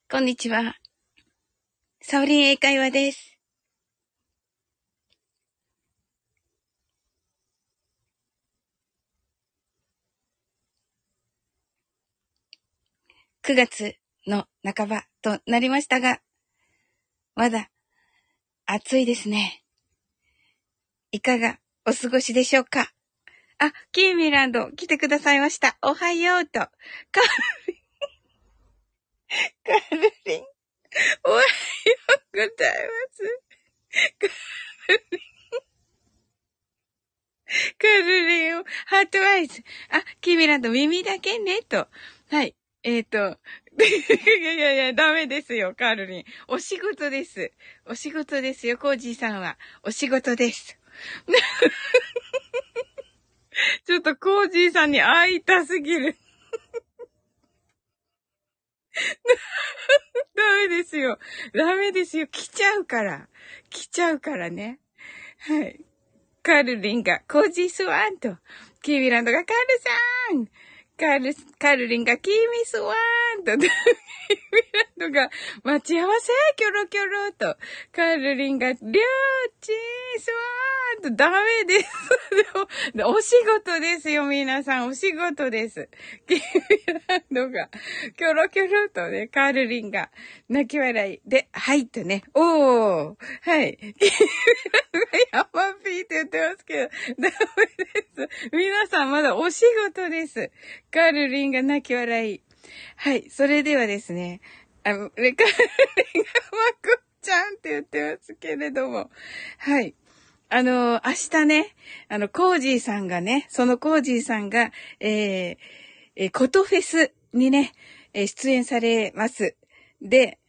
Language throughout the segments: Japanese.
こんにちは。サオリン英会話です。9月の半ばとなりましたが、まだ暑いですね。いかがお過ごしでしょうか？あ、キーミランド来てくださいました。おはようと。カルリン、おはようございます。カルリンをハートアイズ。あ、キーミランド耳だけね、と。はい。いや、ダメですよ、カールリン。お仕事です。お仕事ですよ、コージーさんは。お仕事です。ちょっとコージーさんに会いたすぎる。ダメですよ。ダメですよ。来ちゃうから。来ちゃうからね。はい。カールリンがコージースワンと、キーミランドがカールさん。カルリンがキーミスワンと、キーミランドが待ち合わせキョロキョロと、カルリンがりょーちースワンと、ダメです。でもお仕事ですよ、皆さん。お仕事です。キーミランドがキョロキョロとね、カルリンが泣き笑いで、はいとね、おー、はい。キーミランドがヤマピーって言ってますけど、ダメです。皆さんまだお仕事です。カルリンが泣き笑い。はい。それではですね。カルリンがマコちゃんって言ってますけれども。はい。明日ね、コージーさんがね、そのコージーさんが、コトフェスにね、出演されます。で、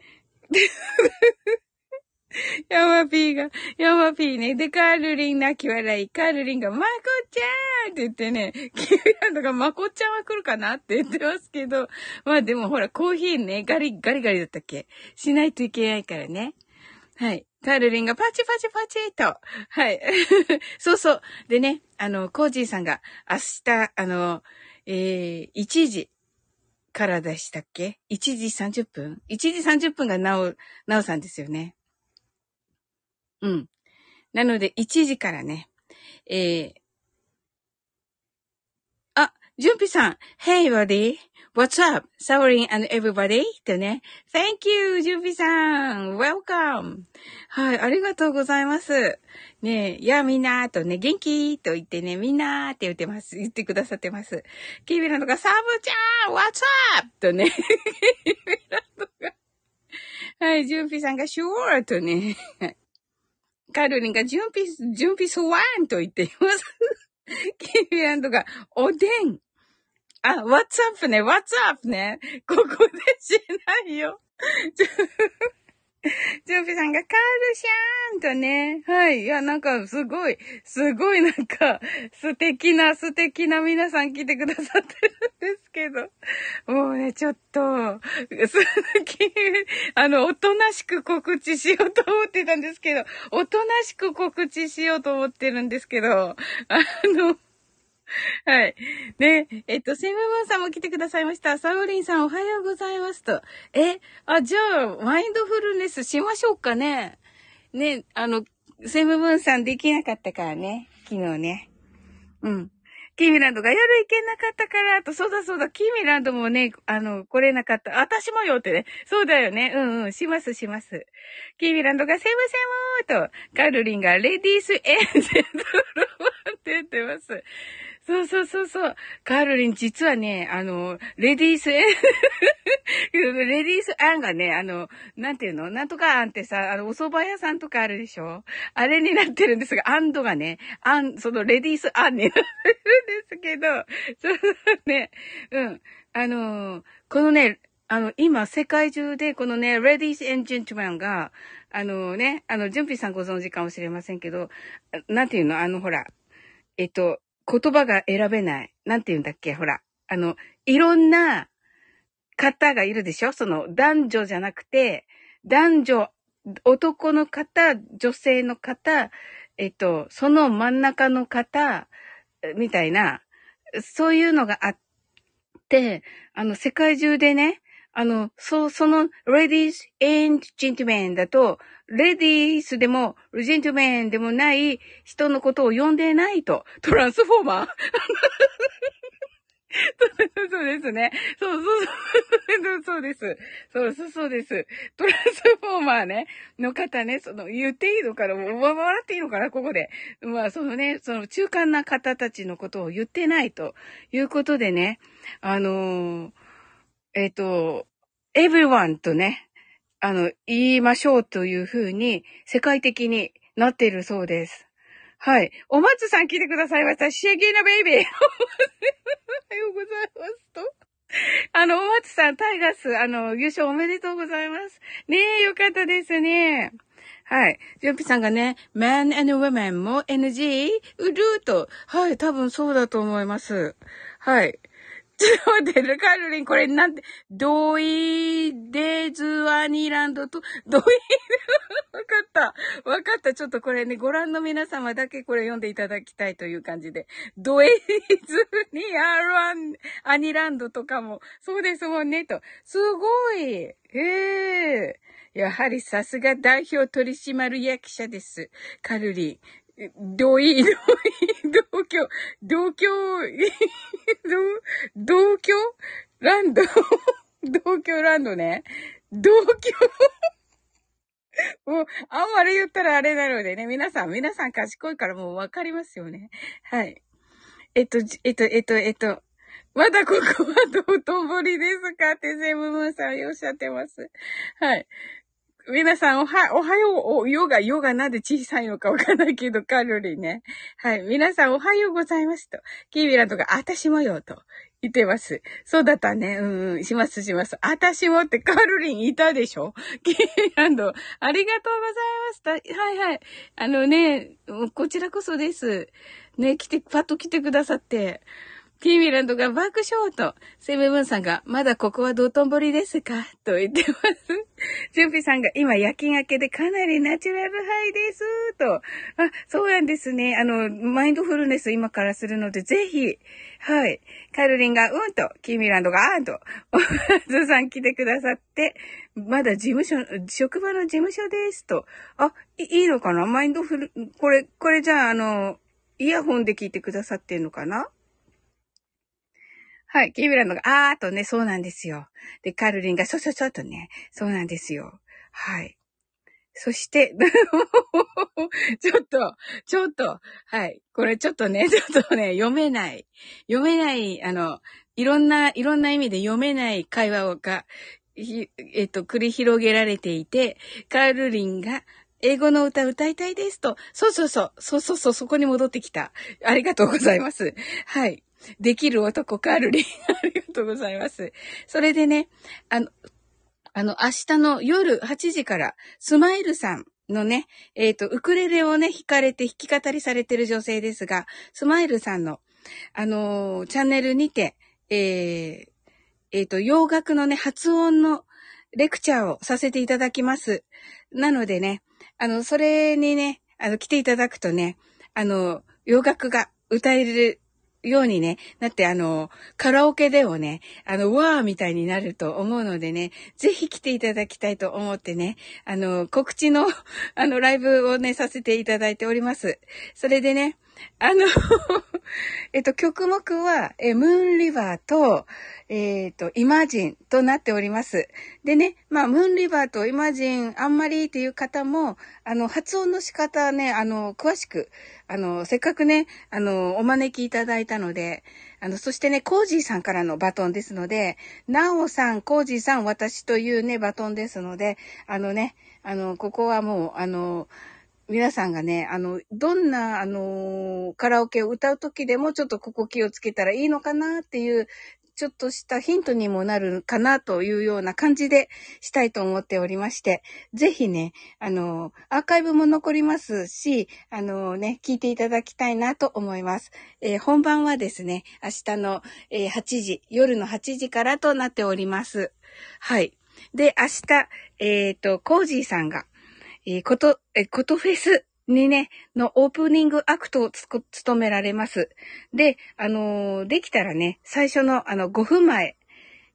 ヤマピーね。で、カールリン泣き笑い。カールリンがマコちゃんって言ってね、キーランドがマコちゃんは来るかなって言ってますけど、まあでもほら、コーヒーね、ガリガリだったっけしないといけないからね。はい。カールリンがパチパチパチと。はい。そうそう。でね、コージーさんが明日、1時からでしたっけ ?1 時30分 ?1 時30分がなおさんですよね。うん。なので、1時からね、えー、ジュンピさん、Hey, buddy. What's up? Sorry and everybody? とね。Thank you, ジュンピさん. Welcome. はい、ありがとうございます。ねえ、やあみんなーとね、元気と言ってね、みんなーって言ってくださってます。キービランドが、サブちゃん !What's up? とね。キービランドが、はい、ジュンピさんが、Sure! とね。カルリンが、ジュンピスワンと言っています。キービランドが、おでん。あ、what's up ね、what's up ね。ここでしないよ。ジュンピさんがカールシャーンとね。はい。いや、なんか、すごいなんか、素敵な皆さん来てくださってるんですけど。もうね、ちょっと、おとなしく告知しようと思ってたんですけど、おとなしく告知しようと思ってるんですけど、はい。ね、セムムーンさんも来てくださいました。サウリンさんおはようございますと。じゃあ、マインドフルネスしましょうかね。ね、セムムーンさんできなかったからね。昨日ね。うん。キーミランドが夜行けなかったから、と、そうだ、キーミランドもね、来れなかった。私もよってね。そうだよね。します。キーミランドがセムと、カルリンがレディースエンジェルロマンって言ってます。そう。カールリン、実はね、レディース、レディースアンがね、なんていうのなんとかアンってさ、お蕎麦屋さんとかあるでしょあれになってるんですが、アンドがね、そのレディースアンになってるんですけど、そうね、うん。このね、今、世界中で、このね、レディースエンジェントマンが、ジュンピさんご存知かもしれませんけど、なんていうのほら、言葉が選べない。なんて言うんだっけほら。いろんな方がいるでしょその男女じゃなくて、男女、男の方、女性の方、その真ん中の方、みたいな、そういうのがあって、世界中でね、 その、ladies and gentlemen だと、ladies でも、gentlemen でもない人のことを呼んでないと。トランスフォーマーそうですね。そうです。そうです。トランスフォーマーね、の方ね、言っていいのかな、笑っていいのかなここで。まあ、中間な方たちのことを言ってないということでね、everyone とね、言いましょうというふうに、世界的になっているそうです。はい。お松さん来てくださいました。シェギーナベイビー。おはようございますと。お松さん、タイガース、優勝おめでとうございます。ねえ、よかったですね。はい。ジョンピさんがね、man and women も NG? うるーと。はい、多分そうだと思います。はい。ちょっと待って、カルリン、これなんて、ドイデズワニランドと、わかった。ちょっとこれね、ご覧の皆様だけこれ読んでいただきたいという感じで。ドイズニアニランドとかも、そうですもんね、と。すごい。やはりさすが代表取締役者です。カルリン。同居ランド同居ランドね。同居もう、あんまり言ったらあれなのでね、皆さん賢いからもうわかりますよね。はい。まだここは道頓堀ですかってゼムムーンさんおっしゃってます。はい。皆さんおはよう、ヨガなんで小さいのかわかんないけど、カロリーね。はい。皆さんおはようございますと。キービランドが、あたしもよと言ってます。そうだったね。します。あたしもってカロリンいたでしょキービランド、ありがとうございました。はい。こちらこそです。ね、パッと来てくださって。キーミランドが爆笑と、セブブンさんが、まだここは道頓堀ですかと言ってます。ジュンピさんが、今夜勤明けでかなりナチュラルハイですと。あ、そうなんですね。マインドフルネス今からするので、ぜひ、はい。カルリンが、うんと、キーミランドが、あんと、おずさん来てくださって、まだ職場の事務所ですと。あ、いいのかなマインドフル、これじゃあ、イヤホンで聞いてくださってんのかなはい。キーミランドが、とね、そうなんですよ。で、カルリンが、そうとね、そうなんですよ。はい。そして、ちょっと、はい。これちょっとね、読めない、いろんな意味で読めない会話が、繰り広げられていて、カルリンが、英語の歌歌いたいですと。そう、そこに戻ってきた。ありがとうございます。はい。できる男カールリン。ありがとうございます。それでね、明日の夜8時から、スマイルさんのね、ウクレレをね、弾き語りされてる女性ですが、スマイルさんの、チャンネルにて、洋楽のね、発音のレクチャーをさせていただきます。なのでね、それにね、来ていただくとね、洋楽が歌えるようにね、なってカラオケでもね、わーみたいになると思うのでね、ぜひ来ていただきたいと思ってね、告知の、ライブをね、させていただいております。それでね、曲目は、ムーンリバーと、イマジンとなっております。でね、まあ、ムーンリバーとイマジンあんまりっていう方も、発音の仕方ね、詳しく、せっかくね、お招きいただいたので、そしてね、コージーさんからのバトンですので、ナオさん、コージーさん、私というね、バトンですので、ここはもう、皆さんがね、どんな、カラオケを歌うときでもちょっとここ気をつけたらいいのかなっていう、ちょっとしたヒントにもなるかなというような感じでしたいと思っておりまして、ぜひね、アーカイブも残りますし、聞いていただきたいなと思います。本番はですね、明日の、夜の8時からとなっております。はい。で、明日、コージーさんが、ことフェスにね、のオープニングアクトを務められます。で、できたらね、最初の5分前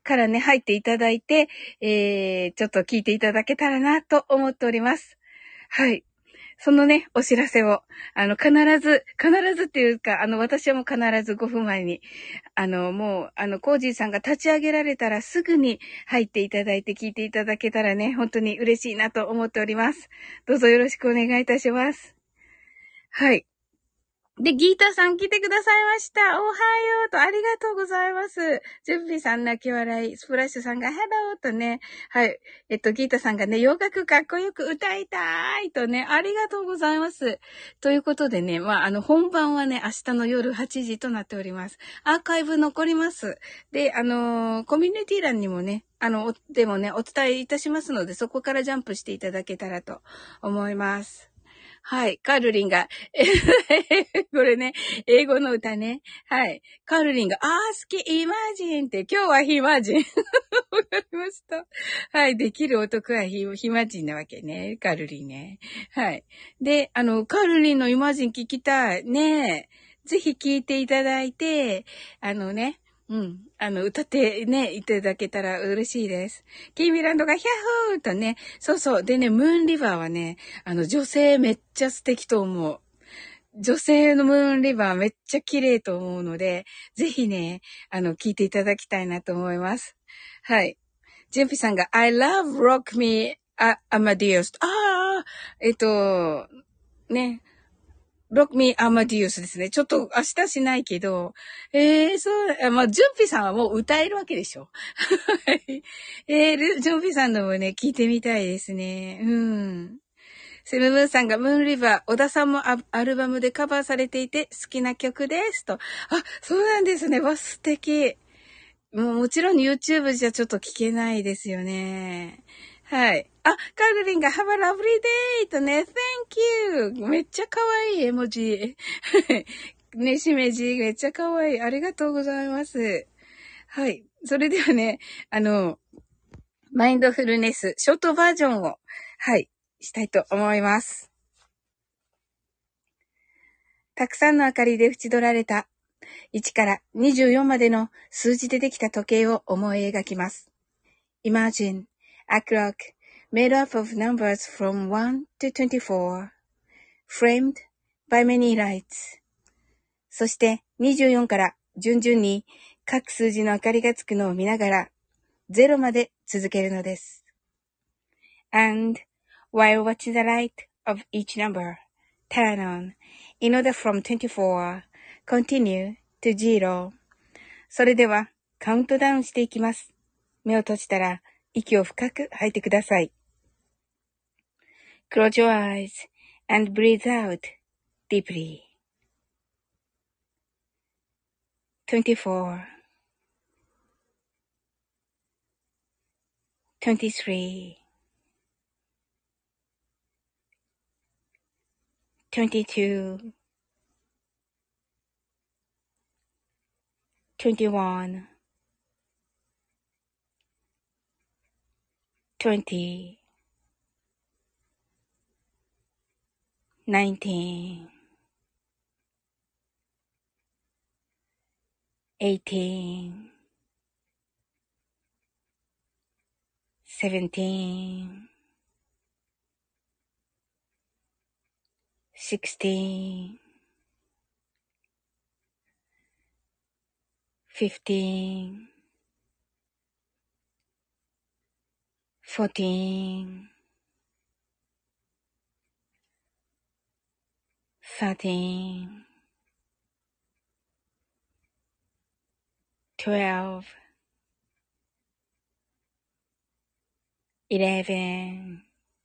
からね、入っていただいて、ちょっと聞いていただけたらなと思っております。はい。そのね、お知らせを、必ずっていうか、私はもう必ず5分前に、もう、コージーさんが立ち上げられたらすぐに入っていただいて聞いていただけたらね、本当に嬉しいなと思っております。どうぞよろしくお願いいたします。はい。で、ギータさん来てくださいました。おはようと、ありがとうございます。ジュンピさん泣き笑い、スプラッシュさんがハローとね、はい。ギータさんがね、洋楽かっこよく歌いたいとね、ありがとうございます。ということでね、本番はね、明日の夜8時となっております。アーカイブ残ります。で、コミュニティ欄にもね、でもね、お伝えいたしますので、そこからジャンプしていただけたらと思います。はい。カールリンが、これね、英語の歌ね。はい。カールリンが、好き、イマジンって、今日はヒマジン。わかりました。はい。できる男はヒマジンなわけね。カールリンね。はい。で、カールリンのイマジン聞きたい。ねぜひ聞いていただいて、ね、うん。歌ってね、いただけたら嬉しいです。キーミランドがヒャッホーとね、そうそう。でね、ムーンリバーはね、女性めっちゃ素敵と思う。女性のムーンリバーめっちゃ綺麗と思うので、ぜひね、聞いていただきたいなと思います。はい。ジュンピさんが、I love rock me, Amadeus. ね。ロックミーアマディウスですね。ちょっと明日しないけど、そう、ジュンピさんはもう歌えるわけでしょ。はい。ジュンピさんのもね、聞いてみたいですね。うん。セムムーンさんがムーンリバー、小田さんもアルバムでカバーされていて好きな曲ですと。そうなんですね。素敵。もちろん YouTube じゃちょっと聞けないですよね。はい。カールリンが Have a lovely day! とね、Thank you! めっちゃ可愛い絵文字。ね、しめじ、めっちゃ可愛い。ありがとうございます。はい。それではね、マインドフルネス、ショートバージョンを、はい、したいと思います。たくさんの明かりで縁取られた1から24までの数字でできた時計を思い描きます。Imagine a clock made up of numbers from 1 to 24, framed by many lights. そして24から順々に各数字の明かりがつくのを見ながら0まで続けるのです。And while watching the light of each number turn on in order from 24, continue to 0. それではカウントダウンしていきます。目を閉じたら息を深く吐いてください。Close your eyes and breathe out deeply. 24, 23, 22, 21, 20, 19, 18, 17, 16, 15, 14, 13, 12, 11,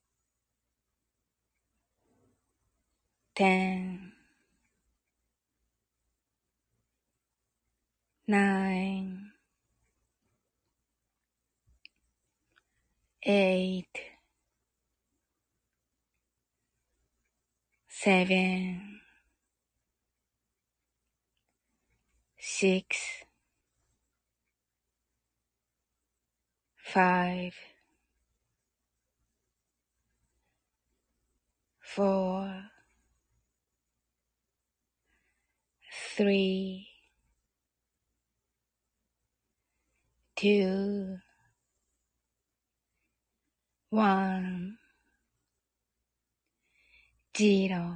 10, 9, 8, 7, 6, 5, 4, 3, 2、1、0。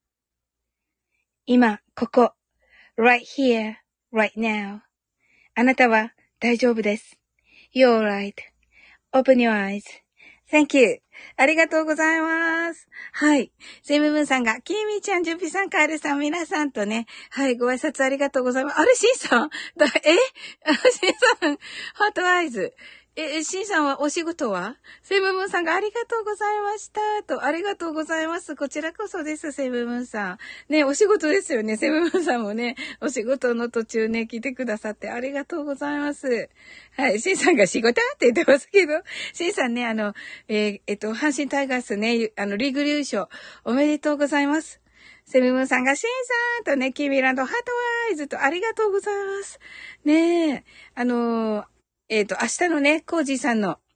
今、ここ、right here, right now。あなたは大丈夫です。You're right.Open your eyes.Thank you. ありがとうございます。はい。セムブンさんが、キーミーちゃん、ジュピさん、カエルさん、皆さんとね、はい、ご挨拶ありがとうございます。あれ、シンさんシンさん、ハートアイズ。シンさんはお仕事はセムブンさんがありがとうございました。と、ありがとうございます。こちらこそです、セムブンさん。ね、お仕事ですよね。セムブンさんもね、お仕事の途中ね、来てくださってありがとうございます。はい、シンさんが仕事って言ってますけど、シンさんね、阪神タイガースね、リーグ優勝、おめでとうございます。セムムーンさんが、シンさんとね、キーミランド、ハートワイズとありがとうございます。ねえ、明日のね、コージーさんの、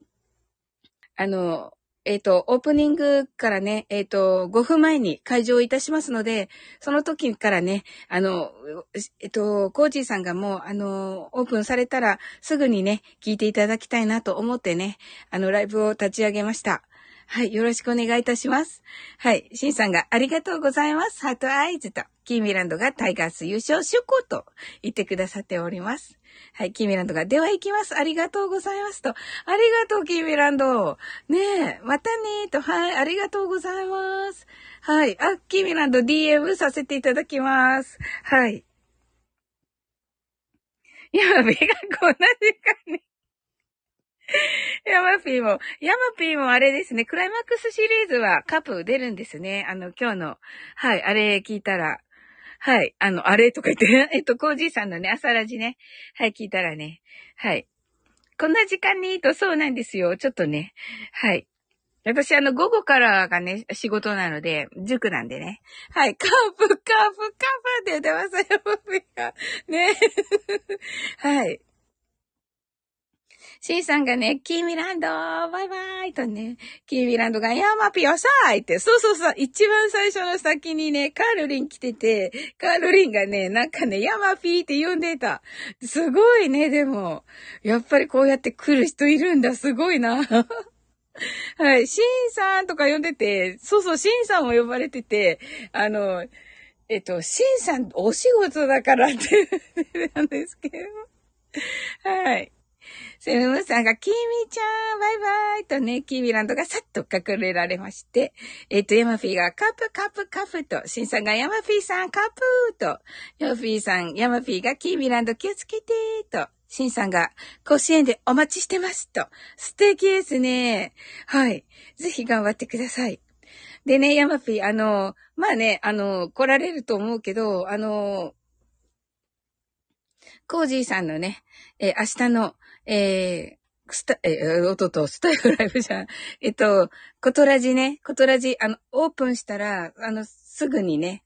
オープニングからね、5分前に開場いたしますので、その時からね、コージーさんがもう、オープンされたら、すぐにね、聞いていただきたいなと思ってね、ライブを立ち上げました。はい、よろしくお願いいたします。はい、シンさんがありがとうございます。ハートアイズと、キーミランドがタイガース優勝出向と言ってくださっております。はい、キーミランドが、では行きます。ありがとうございますと。ありがとう、キーミランド。ねえ、またねーと、はい、ありがとうございます。はい、キーミランド DM させていただきます。はい。ヤマピーがこんな時間に。ヤマピーもあれですね、クライマックスシリーズはカップ出るんですね。今日の、はい、あれ聞いたら、はい。あれとか言って、コージーさんのね、朝ラジね。はい、聞いたらね。はい。こんな時間にとそうなんですよ。ちょっとね。はい。私、午後からがね、仕事なので、塾なんでね。はい。カープって言ってますよ、僕が。ね。はい。シーさんがね、キーミランド、バイバイとね、キーミランドがヤマピヨサイって、そう、一番最初の先にね、カールリン来てて、カールリンがね、なんかね、ヤマピーって呼んでた。すごいね、でも。やっぱりこうやって来る人いるんだ、すごいな。はい、シンさんとか呼んでて、そう、シンさんも呼ばれてて、シンさんお仕事だからってなんですけど。はい。セムムさんが、キーミちゃん、バイバイとね、キーミランドがさっと隠れられまして、ヤマフィーがカプと、シンさんがヤマフィーさんカプーと、ヤマフィーさん、ヤマフィーがキーミランド気をつけてと、シンさんが甲子園でお待ちしてますと。素敵ですね。はい。ぜひ頑張ってください。でね、ヤマフィー、まあね、来られると思うけど、コージーさんのね、明日の、スタイフライブじゃん。コトラジ、オープンしたら、すぐにね、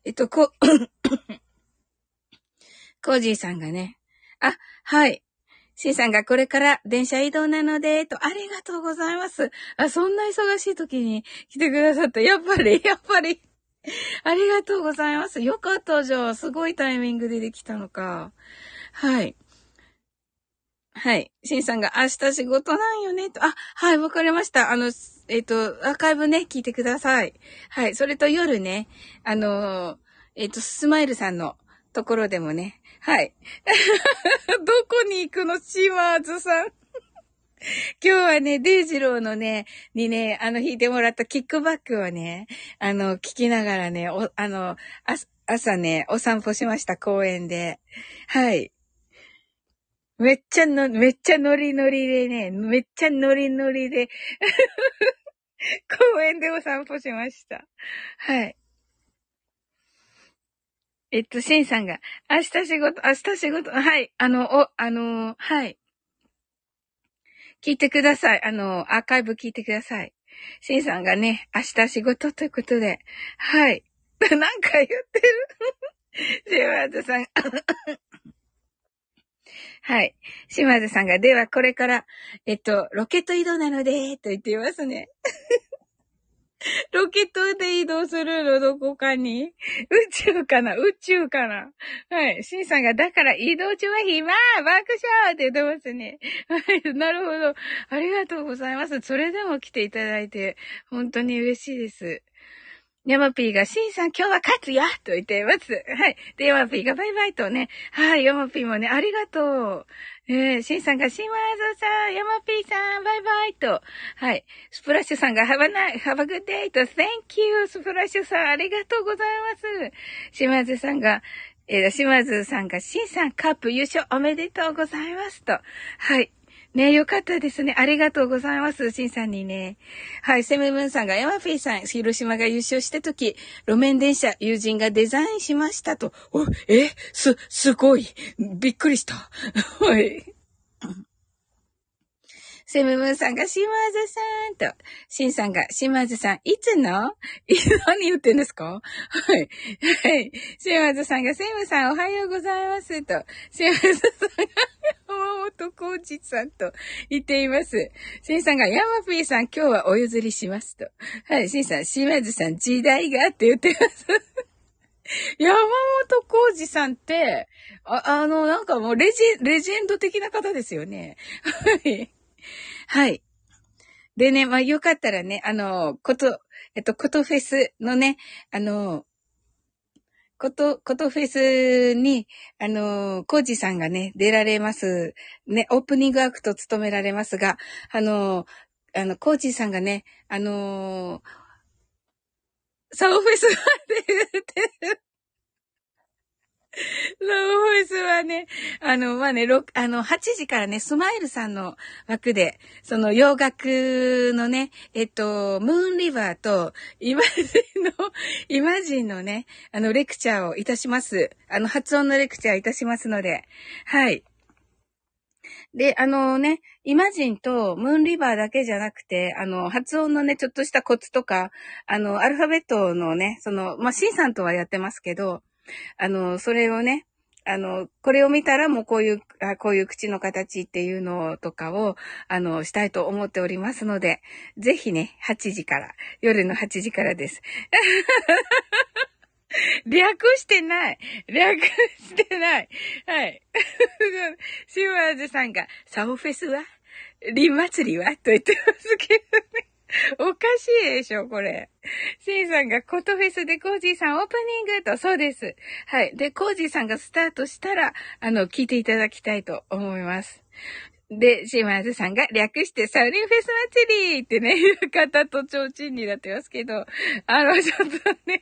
コージーさんがね、はい。シーさんがこれから電車移動なので、と、ありがとうございます。そんな忙しい時に来てくださった。やっぱり。ありがとうございます。よかった、じゃあ。すごいタイミングでできたのか。はい。はい。シンさんが明日仕事なんよねと。はい、わかりました。アーカイブね、聞いてください。はい。それと夜ね、スマイルさんのところでもね。はい。どこに行くの島津さん。今日はね、デイジローのね、にね、弾いてもらったキックバックをね、聞きながらね、朝ね、お散歩しました、公園で。はい。めっちゃノリノリでね、めっちゃノリノリで公園でお散歩しました。はい。シンさんが、明日仕事、はい、はい。聞いてください。アーカイブ聞いてください。シンさんがね、明日仕事ということで、はい。なんか言ってる。ジェワードさん。はい。島津さんが、ではこれから、ロケット移動なので、と言っていますね。 ロケットで移動するの、どこかに宇宙かなはい。シンさんが、だから移動中は暇爆笑って言ってますね。はい。なるほど。ありがとうございます。それでも来ていただいて、本当に嬉しいです。ヤマピーが、シンさん今日は勝つよと言っています。はい。で、ヤマピーがバイバイとね。はい。ヤマピーもね、ありがとう。シンさんが、シマーゾさん、ヤマピーさん、バイバイと。はい。スプラッシュさんが、Have a good day と、Thank you, スプラッシュさん、ありがとうございます。島津さんが、島津さんが、シンさん、カップ優勝おめでとうございますと。はい。ね、よかったですね。ありがとうございます。シンさんにね。はい、セムムーンさんが、ヤマピーさん、広島が優勝したとき、路面電車、友人がデザインしましたと。すごい。びっくりした。はい。セムムーンさんが、島津さんと、シンさんが、島津さん、いつの何言ってんですか？はい。はい。島津さんが、セムさん、おはようございます。と、島津さんが、山本浩二さんと言っています。シンさんが、ヤマピーさん、今日はお譲りしますと。はい。シンさん、島津さん、時代がって言ってます。山本浩二さんって、なんかもうレジェンド的な方ですよね。はい。はい。でね、まあ、よかったらね、ことフェスのね、ことフェスに、コージさんがね、出られます。ね、オープニングアクトを務められますが、コージさんがね、サオフェスまで言ってる。サオフェスはね、まあね、8時からね、スマイルさんの枠で、その洋楽のね、ムーンリバーと、イマジンのね、レクチャーをいたします。発音のレクチャーいたしますので、はい。で、ね、イマジンとムーンリバーだけじゃなくて、発音のね、ちょっとしたコツとか、アルファベットのね、まあ、シンさんとはやってますけど、それをね、これを見たらもうこういう口の形っていうのとかを、したいと思っておりますので、ぜひね、8時から、夜の8時からです。略してない。略してない。はい。シワーズさんが、サオフェスはリン祭りはと言ってますけどね。おかしいでしょ、これ。シンさんがコトフェスでコージーさんオープニングと、そうです。はい。で、コージーさんがスタートしたら、聞いていただきたいと思います。で、シマーズさんが略してサウリンフェス祭りってね、いう方と提灯になってますけど、ちょっとね、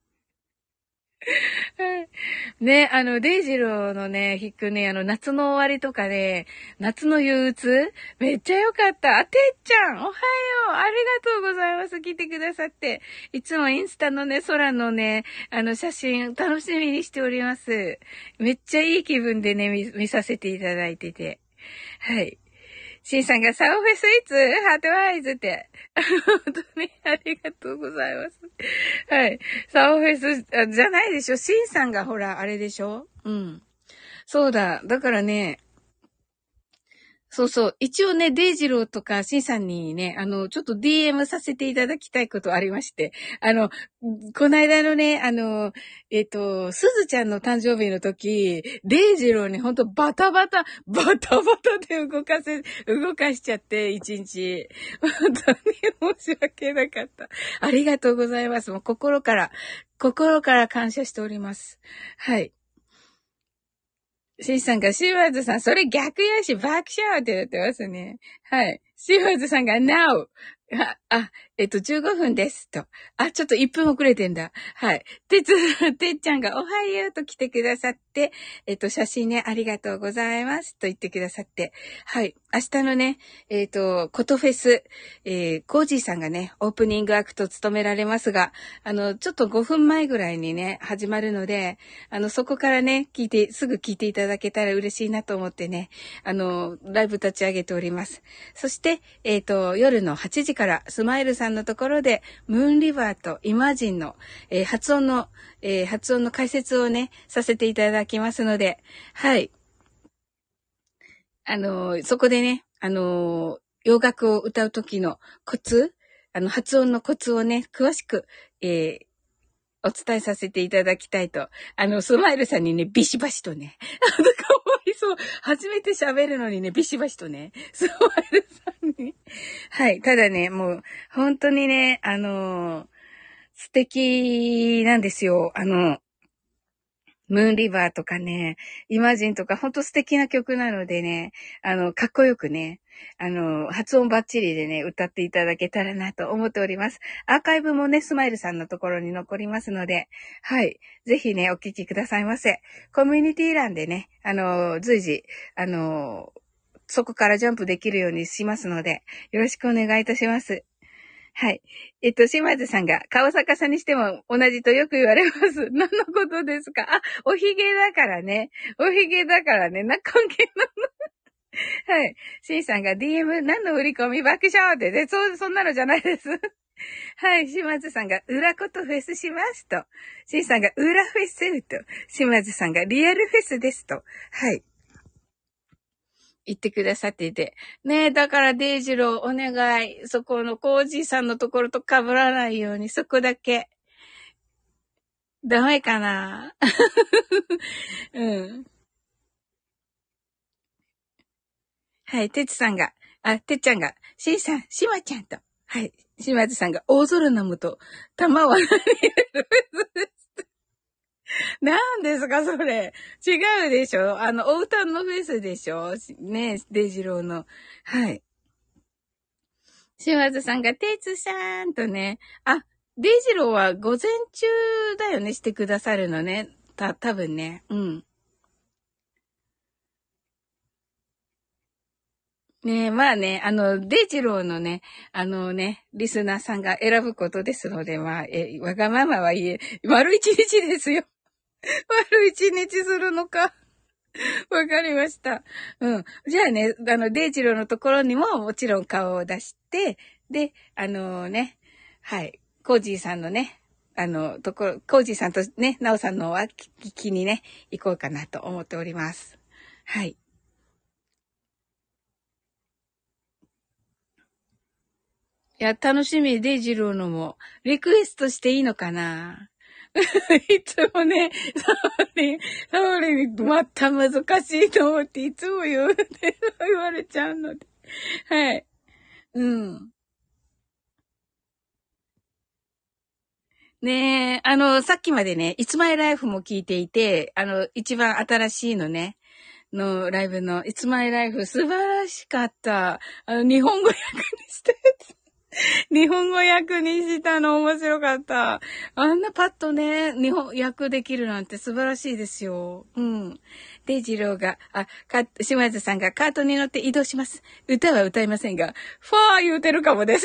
ね、デイジローのね、弾くね、夏の終わりとかね、夏の憂鬱めっちゃよかった。てっちゃん、おはよう。ありがとうございます。来てくださって。いつもインスタのね、空のね、写真、楽しみにしております。めっちゃいい気分でね、見させていただいてて。はい。シンさんがサオフェスいつハートワイズって。本当にありがとうございます。はい。サオフェス、じゃないでしょ。シンさんがほら、あれでしょ。うん。そうだ。だからね、そうそう。一応ね、デイジローとかシンさんにね、ちょっと DM させていただきたいことありまして、この間のね、すずちゃんの誕生日の時、デイジローにほんとバタバタで動かしちゃって、一日。本当に申し訳なかった。ありがとうございます。もう心から感謝しております。はい。シンさんが、シーワーズさん、それ逆やし、爆笑って言ってますね。はい。シーワーズさんが、now! 15分です。と。ちょっと1分遅れてんだ。はい。てっちゃんが、おはようと来てくださって、写真ね、ありがとうございます。と言ってくださって。はい。明日のね、ことフェス、コージーさんがね、オープニングアクト務められますが、ちょっと5分前ぐらいにね、始まるので、そこからね、すぐ聞いていただけたら嬉しいなと思ってね、ライブ立ち上げております。そして、夜の8時から、スマイルさんのところで、ムーンリバーとイマジンの、発音の解説をね、させていただきますので、はい。そこでね、洋楽を歌う時のコツ発音のコツをね、詳しく、お伝えさせていただきたいと。スマイルさんにね、ビシバシとね。かわいそう。初めて喋るのにね、ビシバシとね。スマイルさんに。はい。ただね、もう、本当にね、素敵なんですよ。ムーンリバーとかね、イマジンとか、ほんと素敵な曲なのでね、かっこよくね、発音バッチリでね、歌っていただけたらなと思っております。アーカイブもね、スマイルさんのところに残りますので、はい。ぜひね、お聞きくださいませ。コミュニティ欄でね、随時、そこからジャンプできるようにしますので、よろしくお願いいたします。はい。島津さんが、川坂さんにしても同じとよく言われます。何のことですか？あ、おひげだからね。おひげだからね。関係なの。はい。シンさんが DM 何の売り込み爆笑ってね、そんなのじゃないです。はい。島津さんが、裏ことフェスしますと。シンさんが、裏フェスと。島津さんが、リアルフェスですと。はい。言ってくださっていて。ねえ、だからデイジローお願い。そこのコージーさんのところと被らないように、そこだけ。ダメかなうん。はい、てつさんが、てっちゃんが、しんさん、しまちゃんと。はい、しまずさんが、大空のむと、玉は何なんですか、それ。違うでしょお歌のフェスでしょねえ、デイジローの。はい。島津さんが、てつさんとね、デイジローは午前中だよね、してくださるのね。多分ね。うん。ねえ、まあね、デイジローのね、リスナーさんが選ぶことですので、まあ、わがままは言え、丸一日ですよ。丸一日するのか。わかりました。うん。じゃあね、デイジローのところにももちろん顔を出して、で、はい。コージーさんのね、コージーさんとね、ナオさんのは聞きにね、行こうかなと思っております。はい。いや、楽しみ、デイジローのも。リクエストしていいのかないつもね、サオリにまた難しいと思っていつも言われちゃうので。はい。うん。ねえ、さっきまでね、It's My Life も聞いていて、一番新しいのね、のライブの It's My Life 素晴らしかった。日本語訳にしたやつ。日本語訳にしたの面白かった。あんなパッとね、日本訳できるなんて素晴らしいですよ。うん。で、ジローが、島津さんがカートに乗って移動します。歌は歌いませんが、ファー言うてるかもです。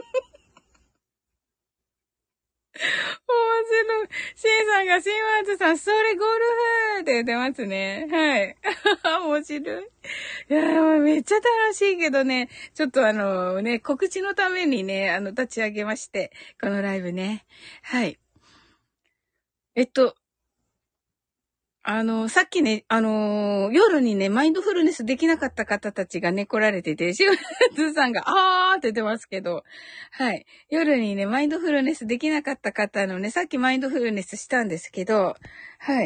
面白い。シンさんが、シンワーズさん、それゴルフって言ってますね。はい。面白い。いやー、めっちゃ楽しいけどね、ちょっと告知のためにね、立ち上げまして、このライブね。はい。えっと、さっきね、夜にね、マインドフルネスできなかった方たちがね、来られてて、シュワーズさんが、って言ってますけど、はい。夜にね、マインドフルネスできなかった方のね、さっきマインドフルネスしたんですけど、はい。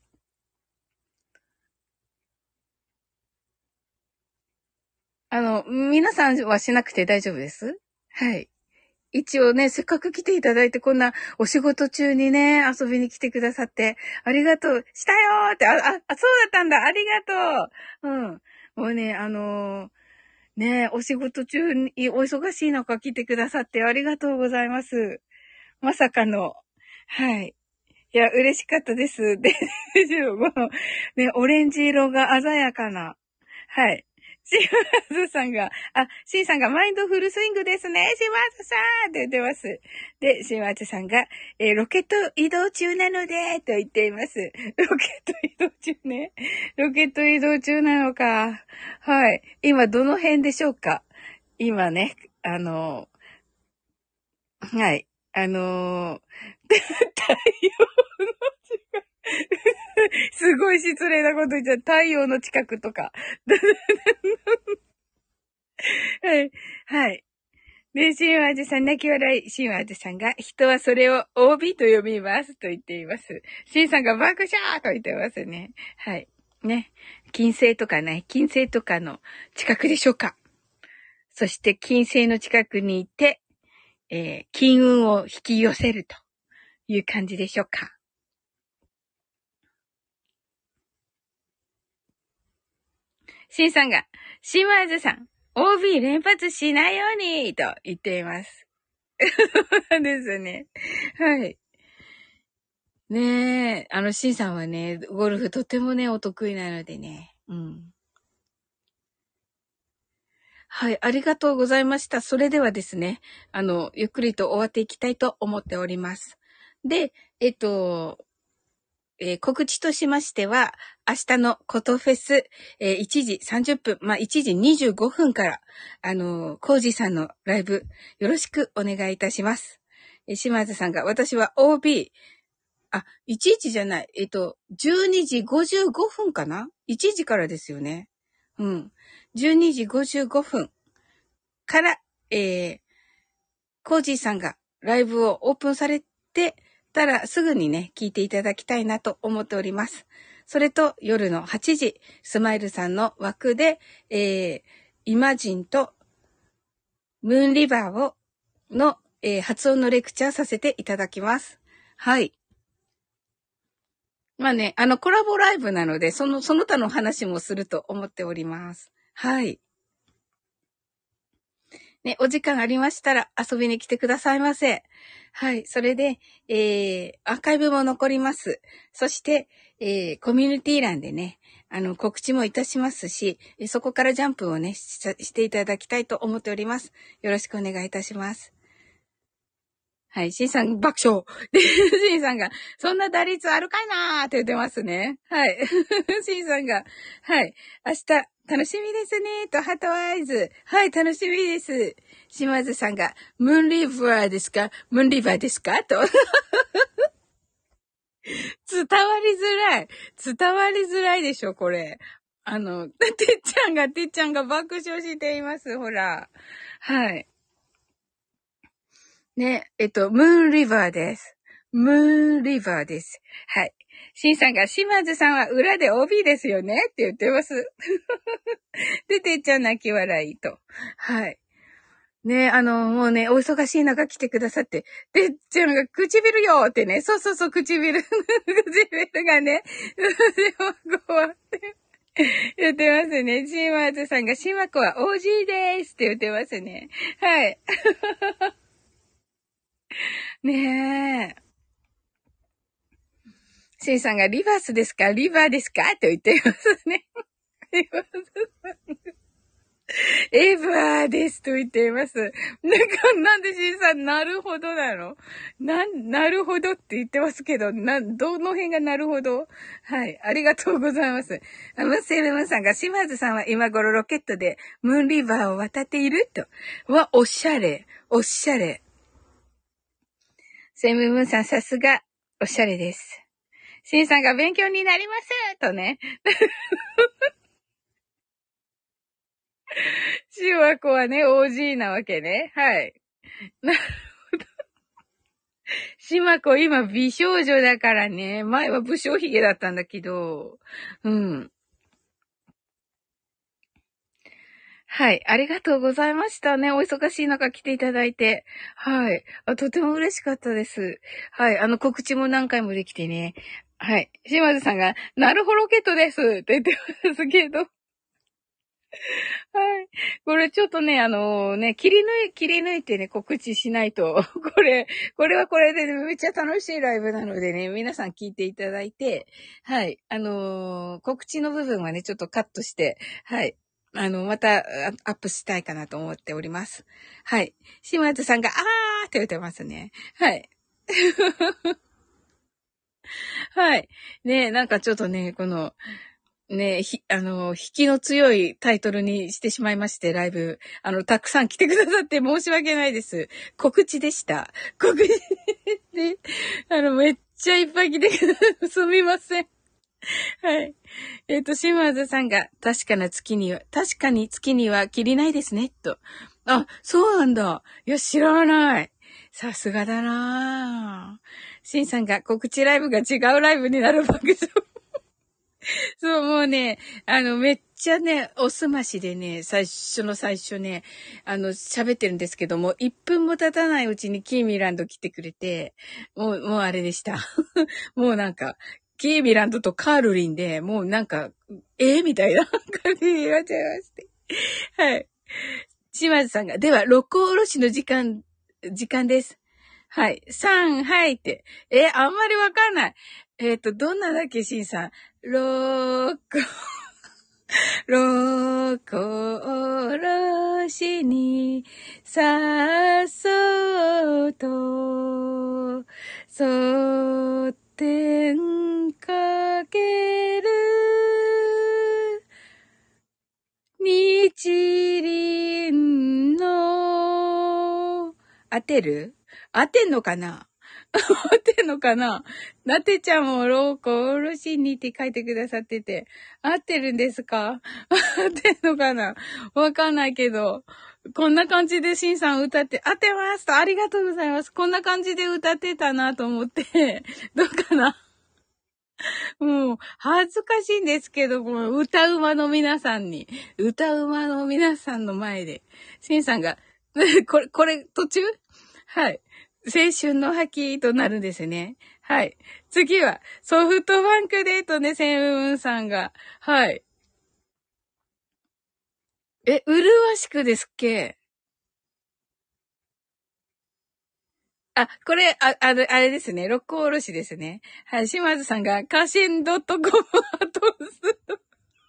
皆さんはしなくて大丈夫です。はい。一応ね、せっかく来ていただいて、こんなお仕事中にね、遊びに来てくださって、ありがとう、したよーって、そうだったんだ、ありがとう。うん。もうね、ね、お仕事中に、お忙しい中来てくださってありがとうございます。まさかの。はい。いや、嬉しかったです。で、この、ね、オレンジ色が鮮やかな。はい。シマズさんが、シンさんがマインドフルスイングですね。シマズさんって言ってます。で、シマズさんが、ロケット移動中なので、と言っています。ロケット移動中ね。ロケット移動中なのか。はい。今、どの辺でしょうか？今ね、はい。太陽の近く。すごい失礼なこと言っちゃう。太陽の近くとか。はい。はい。 で、シンワーズさん、泣き笑い。シンワーズさんが、人はそれを OB と呼びます。と言っています。シンさんが爆笑と言ってますね。はい。ね。金星とかね、金星とかの近くでしょうか。そして金星の近くにいて、金運を引き寄せるという感じでしょうか。シンさんが、シンワーズさん、OB 連発しないようにと言っています。そうですね。はい。ねえ、シンさんはね、ゴルフとてもね、お得意なのでね。うん。はい、ありがとうございました。それではですね、ゆっくりと終わっていきたいと思っております。で、告知としましては、明日のことフェス、1時30分、1時25分から、コージさんのライブ、よろしくお願いいたします。島津さんが、私は OB、11じゃない、12時55分かな ?1 時からですよね。うん。12時55分から、コージーさんがライブをオープンされてたらすぐにね、聞いていただきたいなと思っております。それと夜の8時、スマイルさんの枠で、イマジンとムーンリバーの、発音のレクチャーさせていただきます。はい。まあね、コラボライブなので、その他の話もすると思っております。はい。ね、お時間ありましたら遊びに来てくださいませ。はい。それで、アーカイブも残ります。そして、コミュニティ欄でね、告知もいたしますし、そこからジャンプをね、していただきたいと思っております。よろしくお願いいたします。はい。シンさん爆笑。で、シンさんが、そんな打率あるかいなーって言ってますね。はい。シンさんが、はい。明日、楽しみですねと、ハートアイズ。はい、楽しみです。島津さんが、ムーンリバーですかムーンリバーですかと。伝わりづらい。伝わりづらいでしょ、これ。てっちゃんが爆笑しています、ほら。はい。ね、ムーンリバーです。ムーンリバーです。はい。シンさんが、島津さんは裏で OB ですよねって言ってます。で、てっちゃん泣き笑いと。はい。ね、もうね、お忙しい中来てくださって、てっちゃんが唇よってね、そうそうそう、唇がね、でもこうって言ってますね。島津さんが、島子は OG ですって言ってますね。はい。ねえ。シンさんがリバースですかリバーですかと言っていますね。エバーですと言っています。なんでシンさん、なるほどなのなるほどって言ってますけど、どの辺がなるほどはい。ありがとうございます。セールムーンさんが、島津さんは今頃ロケットでムーンリバーを渡っていると。おしゃれ。おしゃれ。セールムーンさん、さすが、おしゃれです。シンさんが勉強になりますとね。シワコはね、OG なわけね。はい。なるほど。シマコ今美少女だからね。前は武将髭だったんだけど。うん。はい。ありがとうございましたね。お忙しい中来ていただいて。はい。とても嬉しかったです。はい。告知も何回もできてね。はい。島津さんが、なるほロケットですって言ってますけど。はい。これちょっとね、切り抜いてね、告知しないと、これはこれで、ね、めっちゃ楽しいライブなのでね、皆さん聞いていただいて、はい。告知の部分はね、ちょっとカットして、はい。またアップしたいかなと思っております。はい。島津さんが、ーって言ってますね。はい。はい。ね、なんかちょっとね、この、ね、引きの強いタイトルにしてしまいまして、ライブ。たくさん来てくださって申し訳ないです。告知でした。告知で、めっちゃいっぱい来てくださって、すみません。 はい。島津さんが、確かに月には切りないですね、と。あ、そうなんだ。いや、知らない。さすがだなぁ。シンさんが告知ライブが違うライブになる爆笑。そう、もうね、めっちゃね、おすましでね、最初ね、喋ってるんですけども、1分も経たないうちにキーミランド来てくれて、もうあれでした。もうなんか、キーミランドとカールリンで、もうなんか、みたいな感じに言われちゃいまして。はい。島津さんが、では、六甲おろしの時間です。はい。3、はいって。あんまりわかんない。どんなだっけ、しんさん。六甲、六甲おろしに、さっそうと、そってんかける、日輪の、当てる当てんのかな当てんのかななてちゃんもローコおろしにって書いてくださってて、合ってるんですか合ってんのかなわかんないけど、こんな感じでシンさん歌って、合ってますとありがとうございます。こんな感じで歌ってたなと思って、どうかなもう、恥ずかしいんですけど、この歌うまの皆さんの前で、シンさんが、これ、途中はい。青春の覇となるんですね。はい。次は、ソフトバンクデートね、セムムーンさんが。はい。麗しくですっけこれ、あれですね。六甲おろしですね。はい。島津さんが、カシン .com アトス。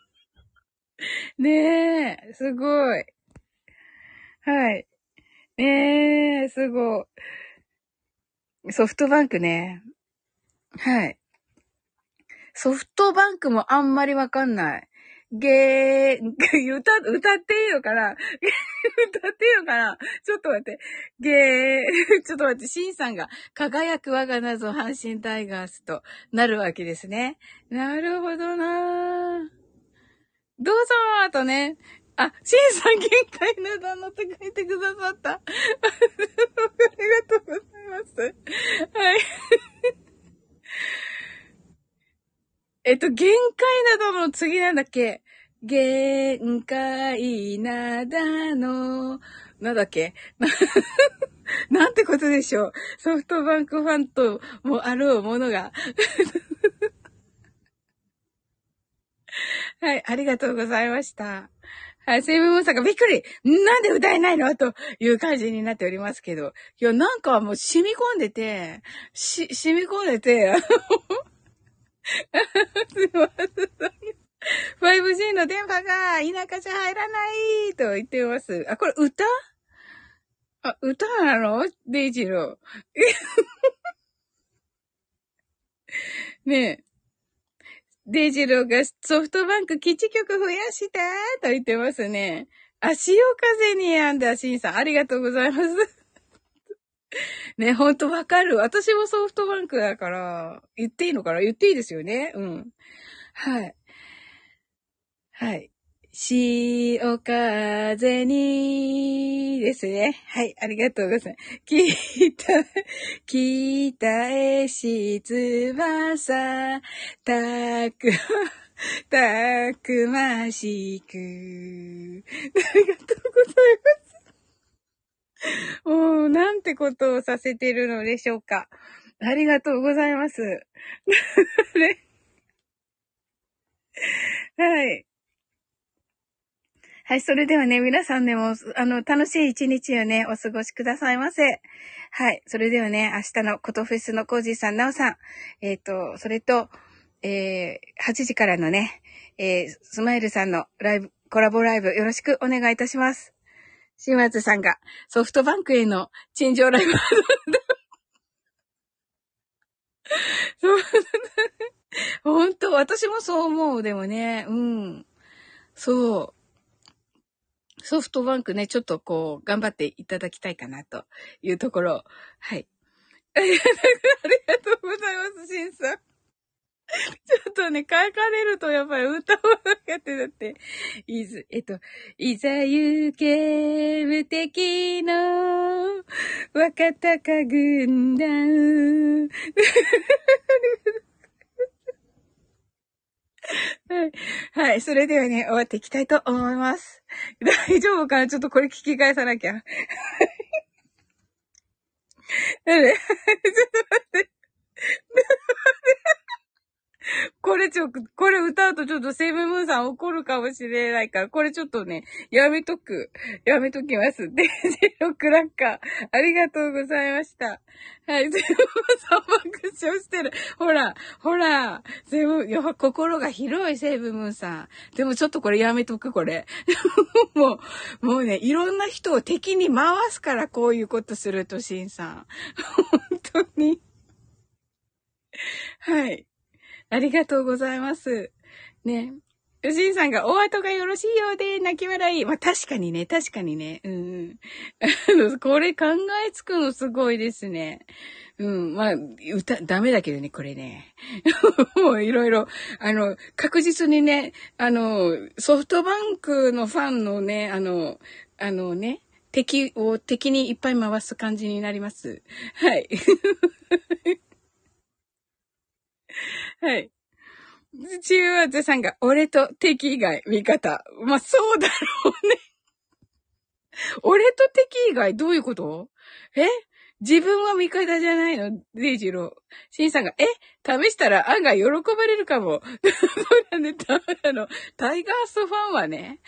ねえ、すごい。はい。ねえ、すごい。ソフトバンクね。はい。ソフトバンクもあんまりわかんない。歌っていいのかな歌っていいのかなちょっと待って。ちょっと待って、シンさんが輝く我が謎阪神タイガースとなるわけですね。なるほどなどうぞーとね。シンさん限界の旦那って書いてくださった。ありがとうございます。はい。限界などの次なんだっけ限界なだの、なんだっけなんてことでしょう。ソフトバンクファンともあろうものが。はい、ありがとうございました。はい、セイブムーンさんがびっくりなんで歌えないのという感じになっておりますけど。いや、なんかもう染み込んでて、染み込んでて、すいません。5G の電波が田舎じゃ入らないと言ってます。これ歌歌なのデイジロー。ねえ。デイジローがソフトバンク基地局増やしたと言ってますね。潮風にやんだ、シンさん。ありがとうございます。ね、ほんとわかる。私もソフトバンクだから、言っていいのかな言っていいですよね。うん。はい。はい。潮風にですね。はい、ありがとうございます。北へし翼、たく、たくましく。ありがとうございます。もう、なんてことをさせてるのでしょうか。ありがとうございます。ねはい。はい、それではね、皆さんでも、楽しい一日をね、お過ごしくださいませ。はい、それではね、明日のコトフェスのコージーさん、ナオさん、それと、8時からのね、スマイルさんのライブ、コラボライブよろしくお願いいたします。島津さんがソフトバンクへの陳情ライブ。そう、本当私もそう思う。でもね、うん。そう。ソフトバンクね、ちょっとこう、頑張っていただきたいかな、というところ。はい。ありがとうございます、シンさん。 ちょっとね、書かれるとやっぱり歌わなきゃって、だって、いざ行け無敵の若鷹軍団。はい。はい。それではね、終わっていきたいと思います。大丈夫かな、ちょっとこれ聞き返さなきゃ。ちょっと待って。これ歌うとちょっとセブンムーンさん怒るかもしれないから、これちょっとね、やめときます。で、ゼロクラッカー、ありがとうございました。はい、セブンムーンさん爆笑してる。ほら、心が広いセブンムーンさん。でもちょっとこれやめとく、これ。もうね、いろんな人を敵に回すからこういうことすると、シンさん。本当に。はい。ありがとうございます。ね。しんさんが、お後がよろしいようで、泣き笑い。まあ、確かにね。うん。これ考えつくのすごいですね。うん。まあ、ダメだけどね、これね。もういろいろ、確実にね、ソフトバンクのファンのね、ね、敵にいっぱい回す感じになります。はい。はい。中圧さんが、俺と敵以外、味方。まあ、そうだろうね。俺と敵以外、どういうこと？自分は味方じゃないの？デイジロー。シンさんが、試したら案外喜ばれるかも。そうなんで、タイガースファンはね。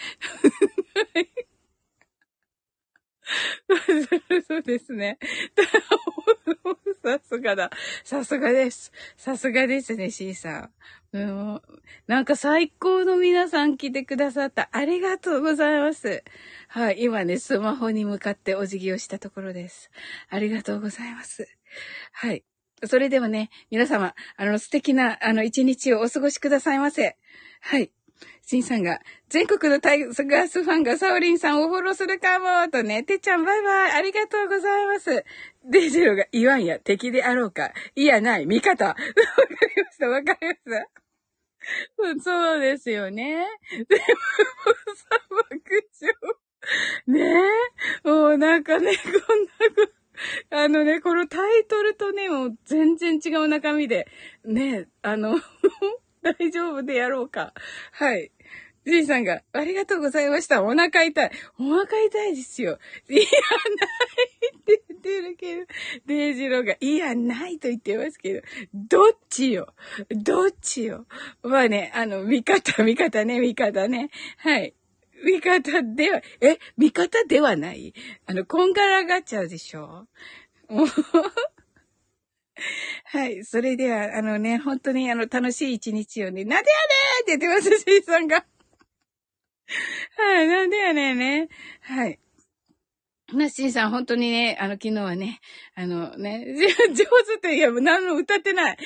そうですね。さすがだ。さすがです。さすがですね、C さん。なんか最高の皆さん来てくださった。ありがとうございます。はい、今ね、スマホに向かってお辞儀をしたところです。ありがとうございます。はい。それではね、皆様、素敵な、一日をお過ごしくださいませ。はい。シンさんが、全国のタイガースファンがサオリンさんをフォローするかも、とね、てっちゃんバイバイ、ありがとうございます。デイジローが、言わんや、敵であろうか。いや、ない、味方。わかりました、わかりました。そうですよね。でも、さ、爆笑。ねえ。もうなんかね、このタイトルとね、もう全然違う中身で、ね、大丈夫でやろうか。はい。じいさんが、ありがとうございました。お腹痛い。お腹痛いですよ。いや、ないって言ってるけど、デイジローが、いや、ないと言ってますけど、どっちよ。まあね、味方ね。はい。味方では、味方ではない？こんがらがっちゃうでしょ？もうはい。それでは、本当に楽しい一日をね、なんでやねんって言ってます、C さんが。はい。なんでやねんね。はい。なっしーさん、本当にね、昨日はね、上手って、いや、何も歌ってない。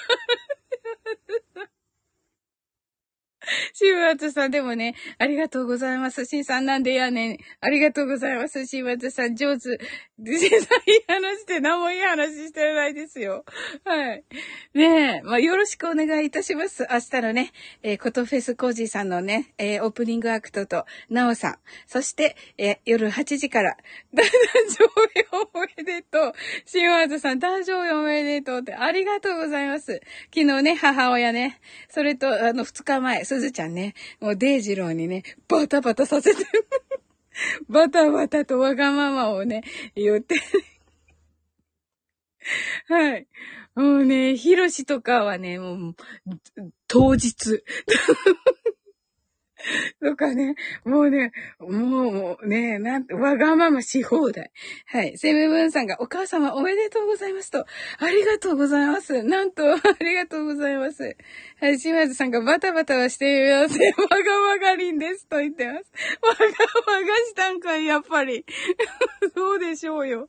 シーワーズさんでもね、ありがとうございます。シンさんなんでやねん。ありがとうございます。シーワーズさん上手。シンさんいい話して何もいい話してないですよ。はい。ねえ、まあ、よろしくお願いいたします。明日のね、コトフェスコージーさんのね、オープニングアクトと、ナオさん。そして、夜8時から、誕生日おめでとう。シーワーズさん誕生日おめでとうって、ありがとうございます。昨日ね、母親ね、それと、2日前、すずちゃんね、もうデイジローにね、バタバタさせて、バタバタとわがままをね、言って、はい。もうね、ヒロシとかはね、もう、当日。とかね、もうね、もうね、わがままし放題。はい。セムブンさんがお母様おめでとうございますと。ありがとうございます。なんと、ありがとうございます。はい。島津さんがバタバタはしていません。わがまがりんですと言ってます。わがまがしたんかい、やっぱり。そうでしょうよ。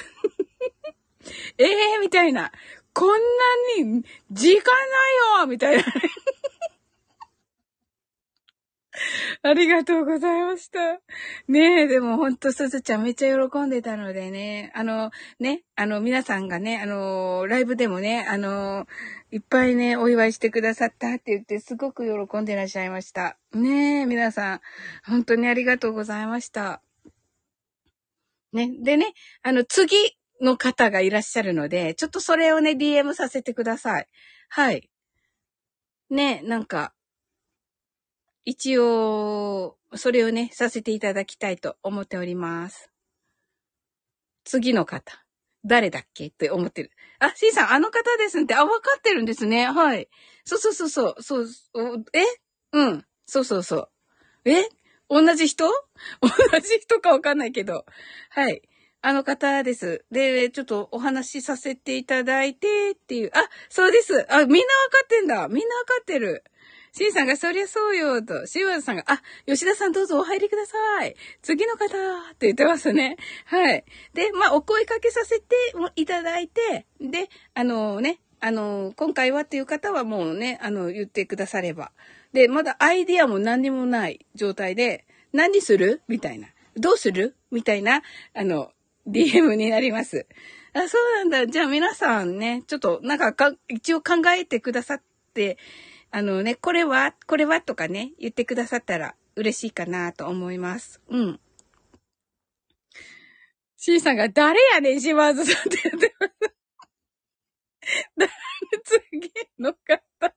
みたいな。こんなに時間ないよみたいな。 ありがとうございました。ねえ、でもほんと、すずちゃんめっちゃ喜んでたのでね、皆さんがね、ライブでもね、いっぱいね、お祝いしてくださったって言って、すごく喜んでらっしゃいました。ねえ、皆さん、本当にありがとうございました。ね、でね、次の方がいらっしゃるので、ちょっとそれをね、DM させてください。はい。ね、なんか、一応、それをね、させていただきたいと思っております。次の方。誰だっけって思ってる。あ、C さん、あの方ですって。あ、わかってるんですね。はい。そうそうそうそう。そう、うん。そうそうそう。同じ人同じ人かわかんないけど。はい。あの方です。で、ちょっとお話しさせていただいてっていう。あ、そうです。あ、みんなわかってんだ。みんなわかってる。シンさんが、そりゃそうよ、と。シーワーズさんが、あ、吉田さんどうぞお入りください。次の方って言ってますね。はい。で、まあ、お声かけさせていただいて、で、今回はっていう方はもうね、言ってくだされば。で、まだアイディアも何にもない状態で、何するみたいな。どうするみたいな、DM になります。あ、そうなんだ。じゃあ皆さんね、ちょっと一応考えてくださって、これはとかね、言ってくださったら嬉しいかなと思います。うん。C さんが、誰やねん、島津さんって言ってます。誰、次の方って。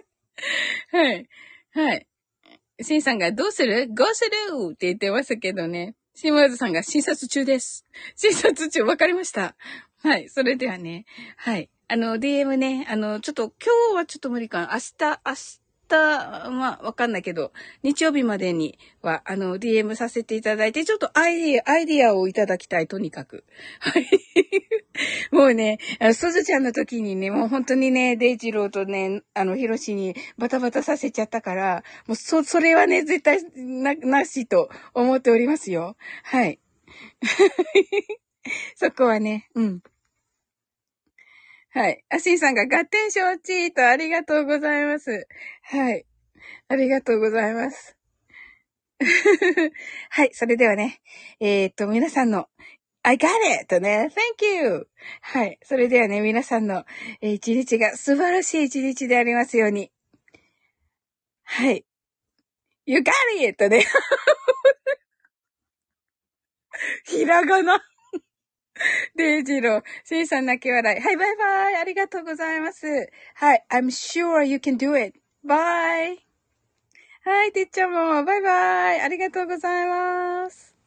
はい。はい。C さんが、どうするするって言ってますけどね。島津さんが、診察中です。診察中、わかりました。はい。それではね。はい。DM ね、ちょっと、今日はちょっと無理かな。まあ、わかんないけど、日曜日までには、DM させていただいて、ちょっとアイディアをいただきたい、とにかく。はい。もうね、すずちゃんの時にね、もう本当にね、デイジローとね、ヒロシにバタバタさせちゃったから、もうそれはね、絶対なしと思っておりますよ。はい。そこはね、うん。はい。アシンさんが合点承知とありがとうございます。はい。ありがとうございます。はい。それではね、皆さんのI got it! ね。Thank you! はい。それではね、皆さんの一日が素晴らしい一日でありますように。はい。You got it! ね。ひらがな。デイジロー。シンさん泣き笑い。はい、バイバイ。ありがとうございます。はい。I'm sure you can do it. Bye. はい、てっちゃんも、バイバイ。ありがとうございます。